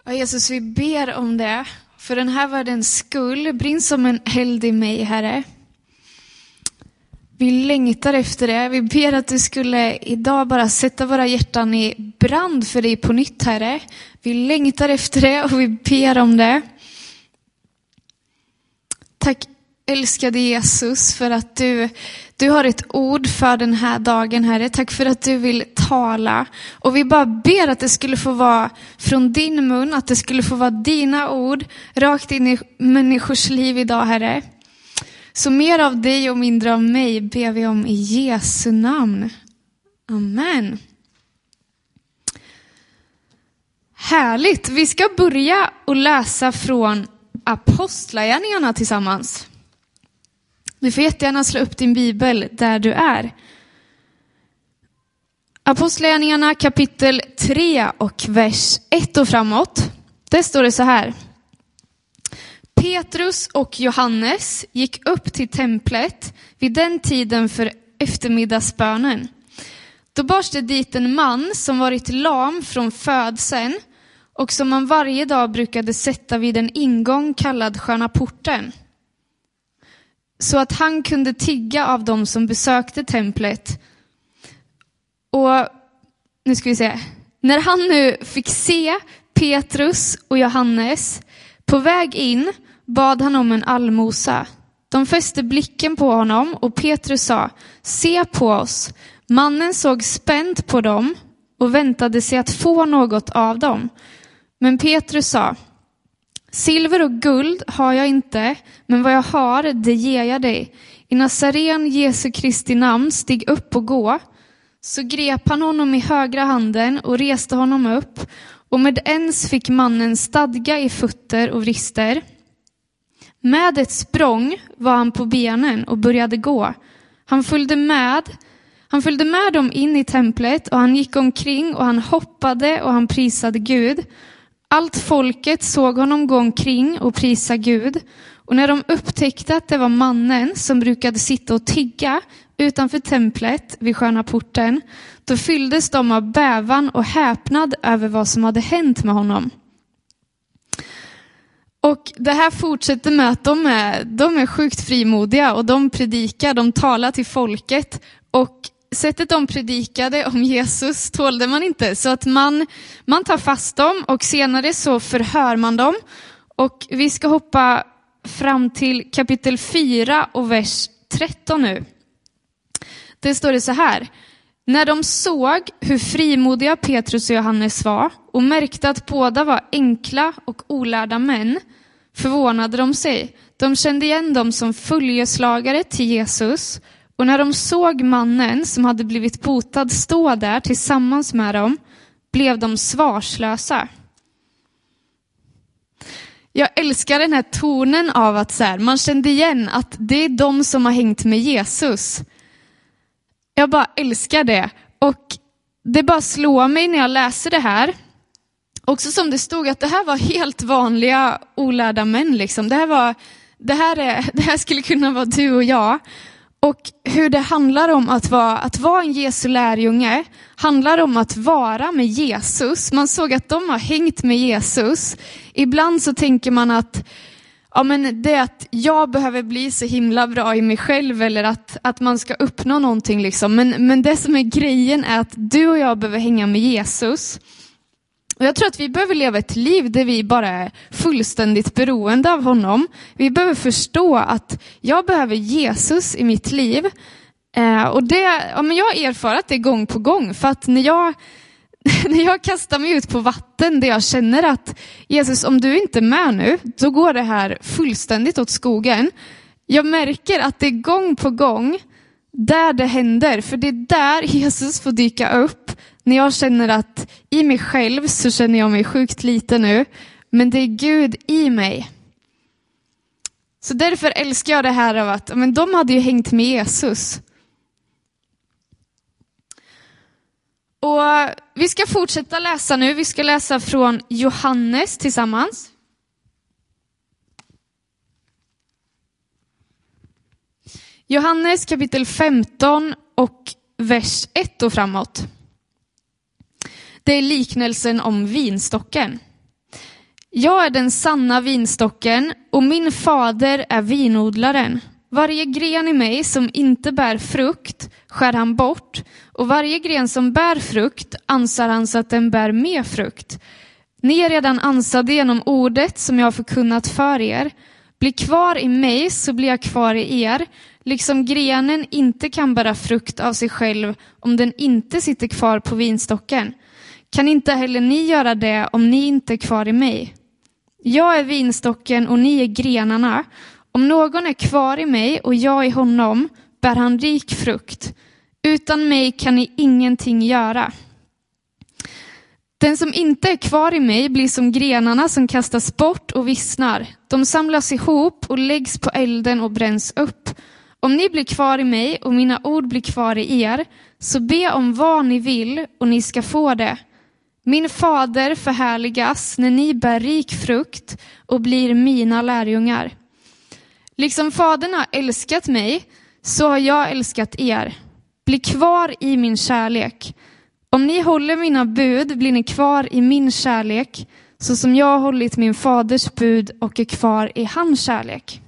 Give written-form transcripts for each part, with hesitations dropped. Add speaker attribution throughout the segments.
Speaker 1: Ja, Jesus, vi ber om det. För den här världens skull, brinn som en eld i mig, Herre. Vi längtar efter det. Vi ber att du skulle idag bara sätta våra hjärtan i brand för dig på nytt, Herre. Vi längtar efter det och vi ber om det. Tack, älskade Jesus, för att du har ett ord för den här dagen, Herre. Tack för att du vill tala. Och vi bara ber att det skulle få vara från din mun, att det skulle få vara dina ord rakt in i människors liv idag, Herre. Så mer av dig och mindre av mig ber vi om i Jesu namn. Amen. Härligt. Vi ska börja och läsa från Apostlagärningarna tillsammans. Du får jättegärna slå upp din bibel där du är. Apostlagärningarna kapitel 3 och vers 1 och framåt. Där står det så här. Petrus och Johannes gick upp till templet vid den tiden för eftermiddagsbönen. Då bars det dit en man som varit lam från födseln och som man varje dag brukade sätta vid en ingång kallad Sköna porten. Så att han kunde tigga av dem som besökte templet. Och nu ska vi se. När han nu fick se Petrus och Johannes på väg in bad han om en allmosa. De fäste blicken på honom och Petrus sa, se på oss. Mannen såg spänt på dem och väntade sig att få något av dem. Men Petrus sa, silver och guld har jag inte, men vad jag har, det ger jag dig. I Nazaren Jesu Kristi namn, stig upp och gå. Så grep han honom i högra handen och reste honom upp. Och med ens fick mannen stadga i fötter och vrister. Med ett språng var han på benen och började gå. Han följde med dem in i templet och han gick omkring och han hoppade och han prisade Gud. Allt folket såg honom gå omkring och prisa Gud. Och när de upptäckte att det var mannen som brukade sitta och tigga utanför templet vid Sköna porten, då fylldes de av bävan och häpnad över vad som hade hänt med honom. Och det här fortsätter med att de är sjukt frimodiga och de predikar, de talar till folket. Och sättet de predikade om Jesus tålde man inte. Så att man tar fast dem och senare så förhör man dem. Och vi ska hoppa fram till kapitel 4 och vers 13 nu. Det står det så här. När de såg hur frimodiga Petrus och Johannes var och märkte att båda var enkla och olärda män, förvånade de sig. De kände igen dem som följeslagare till Jesus, och när de såg mannen som hade blivit botad stå där tillsammans med dem, blev de svarslösa. Jag älskar den här tonen av att så här, man kände igen att det är de som har hängt med Jesus. Jag bara älskar det. Och det bara slår mig när jag läser det här. Också som det stod att det här var helt vanliga olärda män. Liksom. Det här skulle kunna vara du och jag. Och hur det handlar om att vara en Jesu lärjunge handlar om att vara med Jesus. Man såg att de har hängt med Jesus. Ibland så tänker man att det är att jag behöver bli så himla bra i mig själv eller att man ska uppnå någonting liksom. Men det som är grejen är att du och jag behöver hänga med Jesus. Och jag tror att vi behöver leva ett liv där vi bara är fullständigt beroende av honom. Vi behöver förstå att jag behöver Jesus i mitt liv. Och jag har erfarat det gång på gång. För att när jag kastar mig ut på vatten där jag känner att Jesus, om du inte är med nu, då går det här fullständigt åt skogen. Jag märker att det är gång på gång där det händer. För det är där Jesus får dyka upp. När jag känner att i mig själv så känner jag mig sjukt lite nu. Men det är Gud i mig. Så därför älskar jag det här av att de hade ju hängt med Jesus. Och vi ska fortsätta läsa nu. Vi ska läsa från Johannes tillsammans. Johannes kapitel 15 och vers 1 och framåt. Det är liknelsen om vinstocken. Jag är den sanna vinstocken och min fader är vinodlaren. Varje gren i mig som inte bär frukt skär han bort, och varje gren som bär frukt ansar han så att den bär mer frukt. Ni är redan ansade genom ordet som jag har förkunnat för er. Bli kvar i mig så blir jag kvar i er, liksom grenen inte kan bära frukt av sig själv om den inte sitter kvar på vinstocken. Kan inte heller ni göra det om ni inte är kvar i mig? Jag är vinstocken och ni är grenarna. Om någon är kvar i mig och jag i honom, bär han rik frukt. Utan mig kan ni ingenting göra. Den som inte är kvar i mig blir som grenarna som kastas bort och vissnar. De samlas ihop och läggs på elden och bränns upp. Om ni blir kvar i mig och mina ord blir kvar i er, så be om vad ni vill och ni ska få det. Min fader förhärligas när ni bär rik frukt och blir mina lärjungar. Liksom fadern har älskat mig, så har jag älskat er. Bli kvar i min kärlek. Om ni håller mina bud blir ni kvar i min kärlek, så som jag har hållit min faders bud och är kvar i hans kärlek.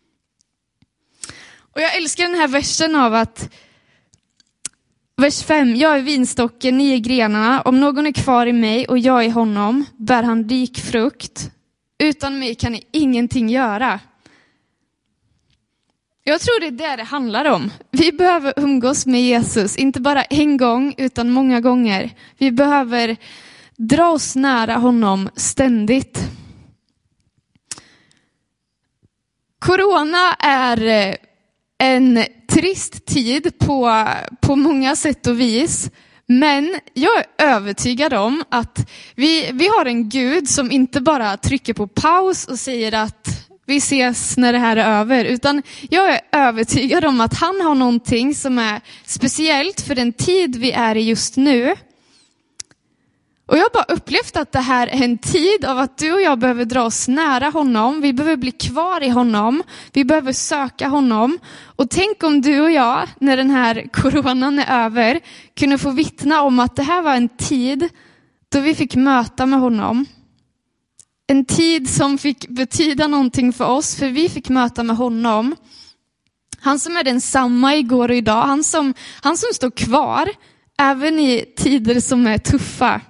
Speaker 1: Och jag älskar den här versen av att vers 5, jag är vinstocken, ni är grenarna. Om någon är kvar i mig och jag i honom, bär han rik frukt. Utan mig kan ni ingenting göra. Jag tror det är det handlar om. Vi behöver umgås med Jesus, inte bara en gång utan många gånger. Vi behöver dra oss nära honom ständigt. Corona är en trist tid på många sätt och vis. Men jag är övertygad om att vi har en Gud som inte bara trycker på paus och säger att vi ses när det här är över. Utan jag är övertygad om att han har någonting som är speciellt för den tid vi är i just nu. Och jag har bara upplevt att det här är en tid av att du och jag behöver dra oss nära honom. Vi behöver bli kvar i honom. Vi behöver söka honom. Och tänk om du och jag, när den här coronan är över, kunde få vittna om att det här var en tid då vi fick möta med honom. En tid som fick betyda någonting för oss, för vi fick möta med honom. Han som är densamma igår och idag. Han som står kvar även i tider som är tuffa.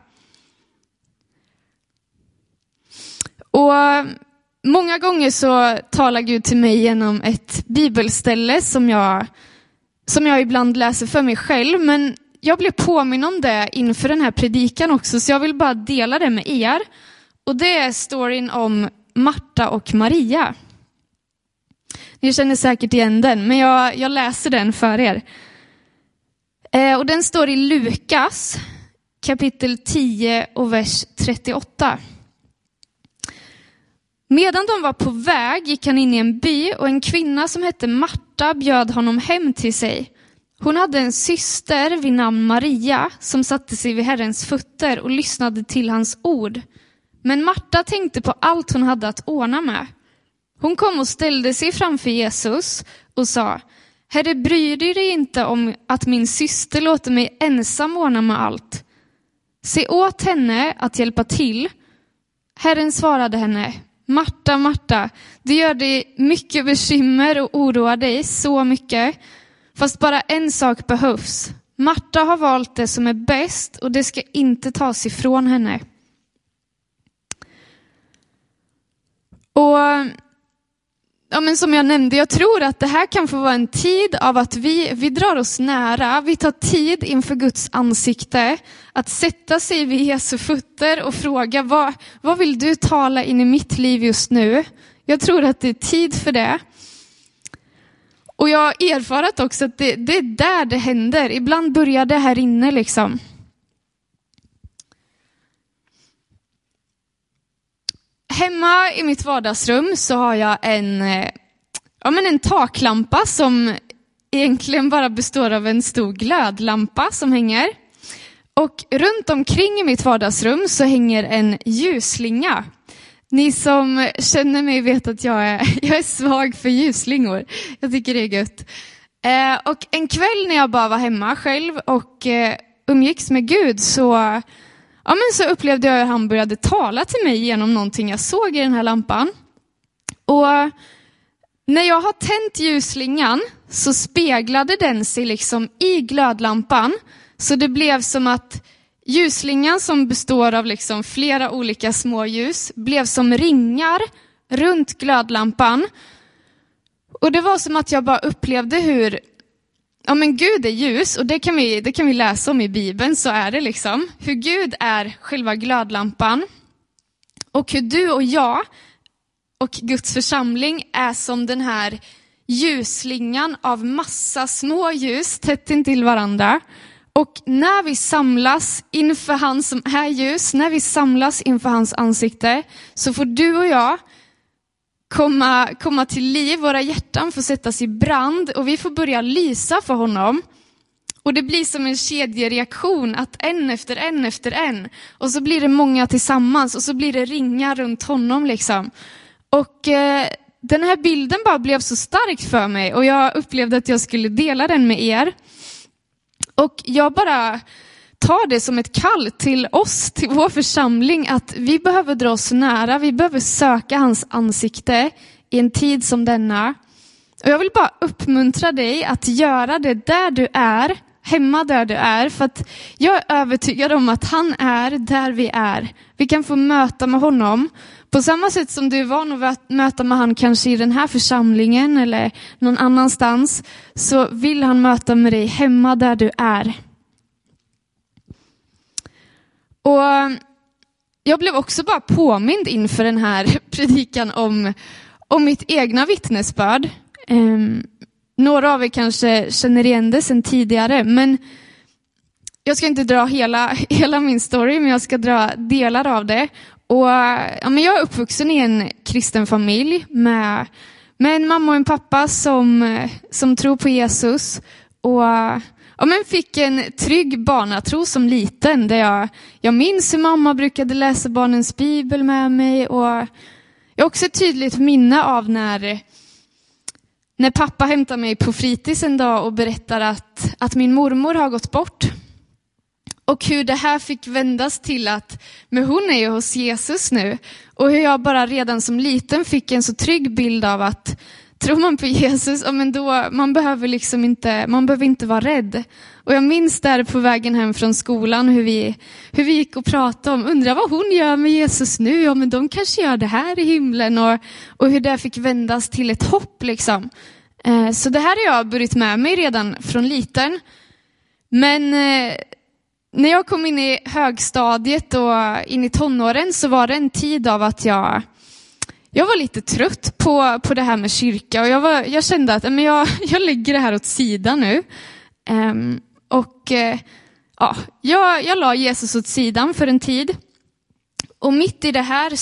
Speaker 1: Och många gånger så talar Gud till mig genom ett bibelställe som jag ibland läser för mig själv. Men jag blev påminn om det inför den här predikan också, så jag vill bara dela det med er. Och det är storyn om Marta och Maria. Ni känner säkert igen den, men jag läser den för er. Och den står i Lukas kapitel 10 och vers 38. Medan de var på väg gick han in i en by, och en kvinna som hette Marta bjöd honom hem till sig. Hon hade en syster vid namn Maria som satte sig vid Herrens fötter och lyssnade till hans ord. Men Marta tänkte på allt hon hade att ordna med. Hon kom och ställde sig framför Jesus och sa: Herre, bryr dig inte om att min syster låter mig ensam ordna med allt? Se åt henne att hjälpa till. Herren svarade henne: Marta, Marta, du gör dig mycket bekymmer och oroar dig så mycket. Fast bara en sak behövs. Marta har valt det som är bäst, och det ska inte tas ifrån henne. Och men som jag nämnde, jag tror att det här kan få vara en tid av att vi drar oss nära. Vi tar tid inför Guds ansikte att sätta sig vid Jesu fötter och fråga: vad vill du tala in i mitt liv just nu? Jag tror att det är tid för det. Och jag har erfarat också att det är där det händer. Ibland börjar det här inne liksom. Hemma i mitt vardagsrum så har jag en taklampa som egentligen bara består av en stor glödlampa som hänger. Och runt omkring i mitt vardagsrum så hänger en ljusslinga. Ni som känner mig vet att jag är svag för ljusslingor. Jag tycker det är gött. Och en kväll när jag bara var hemma själv och umgicks med Gud, så men så upplevde jag att han började tala till mig genom någonting jag såg i den här lampan. Och när jag har tänt ljusslingan så speglade den sig liksom i glödlampan. Så det blev som att ljusslingan, som består av liksom flera olika små ljus, blev som ringar runt glödlampan. Och det var som att jag bara upplevde hur, men Gud är ljus, och det kan vi läsa om i Bibeln, så är det liksom. Hur Gud är själva glödlampan. Och hur du och jag och Guds församling är som den här ljusslingan av massa små ljus tätt intill varandra. Och när vi samlas inför han som är ljus, när vi samlas inför hans ansikte, så får du och jag komma till liv. Våra hjärtan får sättas i brand och vi får börja lysa för honom. Och det blir som en kedjereaktion, att en efter en. Och så blir det många tillsammans och så blir det ringar runt honom liksom. Och den här bilden bara blev så stark för mig, och jag upplevde att jag skulle dela den med er. Och jag bara tar det som ett kall till oss, till vår församling, att vi behöver dra oss nära, vi behöver söka hans ansikte i en tid som denna. Och jag vill bara uppmuntra dig att göra det där du är, hemma där du är, för att jag är övertygad om att han är där vi är. Vi kan få möta med honom på samma sätt som du är van att möta med han kanske i den här församlingen eller någon annanstans, så vill han möta med dig hemma där du är. Och jag blev också bara påmind inför den här predikan om mitt egna vittnesbörd. Några av er kanske känner igen det sedan tidigare, men jag ska inte dra hela min story, men jag ska dra delar av det. Och men jag är uppvuxen i en kristen familj med en mamma och en pappa som tror på Jesus. Och men fick en trygg barnatro som liten, där jag minns hur mamma brukade läsa barnens bibel med mig. Och jag har också ett tydligt minne av när pappa hämtar mig på fritids en dag och berättar att min mormor har gått bort. Och hur det här fick vändas till men hon är ju hos Jesus nu. Och hur jag bara redan som liten fick en så trygg bild av att tror man på Jesus, men då man behöver inte vara rädd. Och jag minns där på vägen hem från skolan hur vi gick och pratade om, undrar vad hon gör med Jesus nu, ja men de kanske gör det här i himlen, och hur det fick vändas till ett hopp liksom. Så det här har jag burit med mig redan från liten. Men när jag kom in i högstadiet och in i tonåren, så var det en tid av att jag var lite trött på det här med kyrka. Och jag kände att jag lägger det här åt sidan nu. Jag la Jesus åt sidan för en tid. Och mitt i det här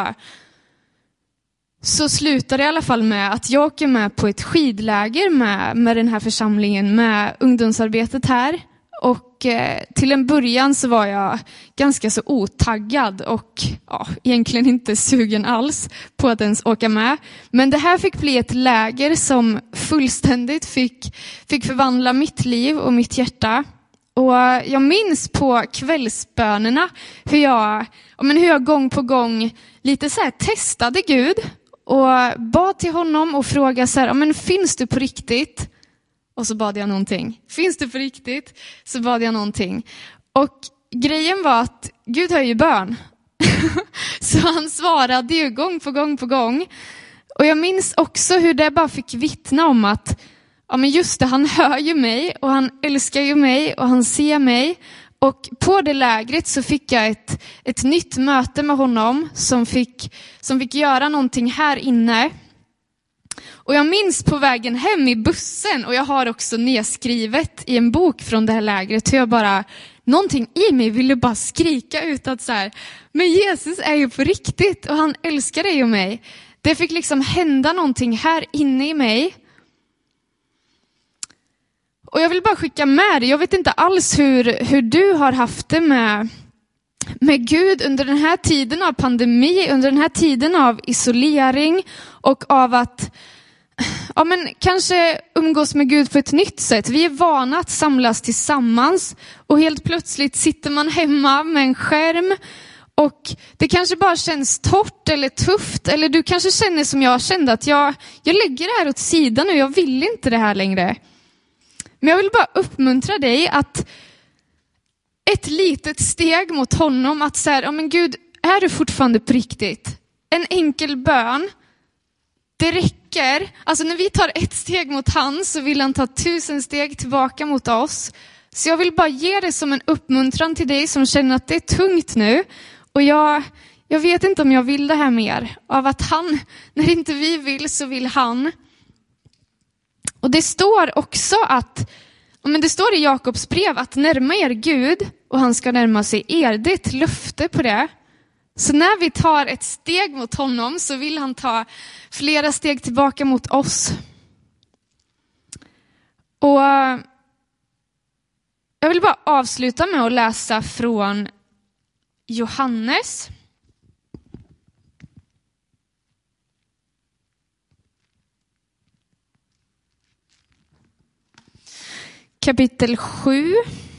Speaker 1: så slutade det i alla fall med att jag åker med på ett skidläger med den här församlingen, med ungdomsarbetet här. Och till en början så var jag ganska så otaggad och egentligen inte sugen alls på att ens åka med. Men det här fick bli ett läger som fullständigt fick förvandla mitt liv och mitt hjärta. Och jag minns på kvällsbönerna hur jag gång på gång lite så här testade Gud och bad till honom och frågade så här, finns du på riktigt? Och så bad jag någonting. Finns det på riktigt? Så bad jag någonting. Och grejen var att Gud hör ju bön. Så han svarade ju gång på gång. Och jag minns också hur det bara fick vittna om att just det, han hör ju mig och han älskar ju mig och han ser mig. Och på det lägret så fick jag ett nytt möte med honom som fick göra någonting här inne. Och jag minns på vägen hem i bussen, och jag har också nedskrivet i en bok från det här lägret hur jag bara, någonting i mig ville bara skrika ut att så här, men Jesus är ju på riktigt och han älskar dig och mig. Det fick liksom hända någonting här inne i mig. Och jag vill bara skicka med dig, jag vet inte alls hur du har haft det med Gud under den här tiden av pandemi, under den här tiden av isolering och av att kanske umgås med Gud på ett nytt sätt. Vi är vana att samlas tillsammans och helt plötsligt sitter man hemma med en skärm och det kanske bara känns torrt eller tufft, eller du kanske känner som jag kände att jag lägger det här åt sidan och jag vill inte det här längre. Men jag vill bara uppmuntra dig att ett litet steg mot honom, att säga, men Gud, är du fortfarande på riktigt? En enkel bön, det räcker. Alltså när vi tar ett steg mot han så vill han ta 1000 steg tillbaka mot oss. Så jag vill bara ge det som en uppmuntran till dig som känner att det är tungt nu. Och jag vet inte om jag vill det här mer. Av att han, när inte vi vill så vill han. Och det står också det står i Jakobs brev att närma er Gud och han ska närma sig er. Det är ett löfte på det. Så när vi tar ett steg mot honom så vill han ta flera steg tillbaka mot oss. Och jag vill bara avsluta med att läsa från Johannes. Kapitel 7.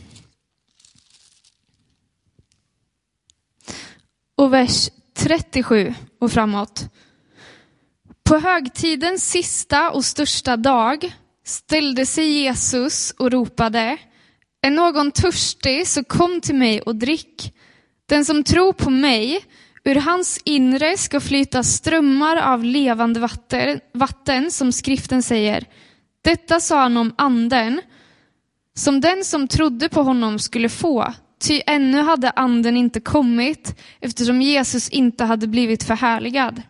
Speaker 1: Och vers 37 och framåt. På högtidens sista och största dag ställde sig Jesus och ropade: är någon törstig så kom till mig och drick. Den som tror på mig, ur hans inre ska flyta strömmar av levande vatten, som skriften säger. Detta sa han om anden, som den som trodde på honom skulle få. Ty ännu hade anden inte kommit, eftersom Jesus inte hade blivit förhärligad.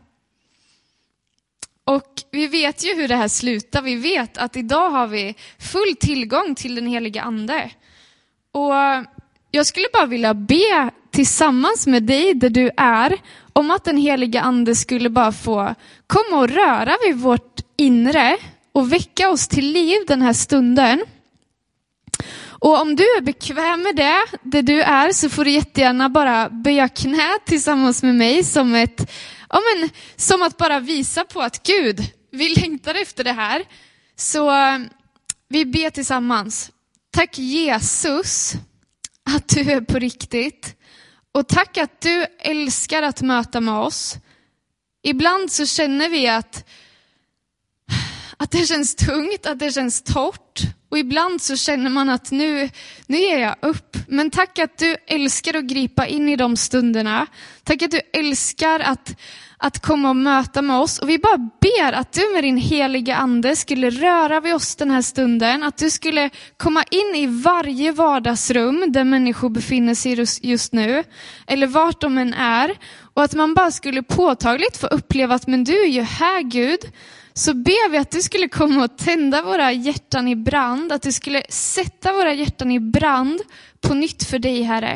Speaker 1: Och vi vet ju hur det här slutar. Vi vet att idag har vi full tillgång till den heliga ande. Och jag skulle bara vilja be tillsammans med dig där du är om att den heliga ande skulle bara få komma och röra vid vårt inre och väcka oss till liv den här stunden. Och om du är bekväm med det, där du är, så får du jättegärna bara böja knä tillsammans med mig som att bara visa på att Gud, vi längtar efter det här. Så vi ber tillsammans. Tack Jesus att du är på riktigt. Och tack att du älskar att möta med oss. Ibland så känner vi att det känns tungt, att det känns torrt. Och ibland så känner man att nu ger jag upp. Men tack att du älskar att gripa in i de stunderna. Tack att du älskar att komma och möta med oss. Och vi bara ber att du med din heliga ande skulle röra vid oss den här stunden. Att du skulle komma in i varje vardagsrum där människor befinner sig just nu. Eller vart de än är. Och att man bara skulle påtagligt få uppleva att men du är ju här Gud. Så ber vi att du skulle komma och tända våra hjärtan i brand. Att du skulle sätta våra hjärtan i brand på nytt för dig, Herre.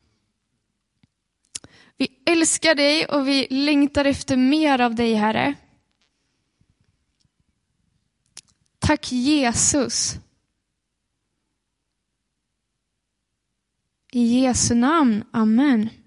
Speaker 1: Vi älskar dig och vi längtar efter mer av dig, Herre. Tack Jesus. I Jesu namn, amen.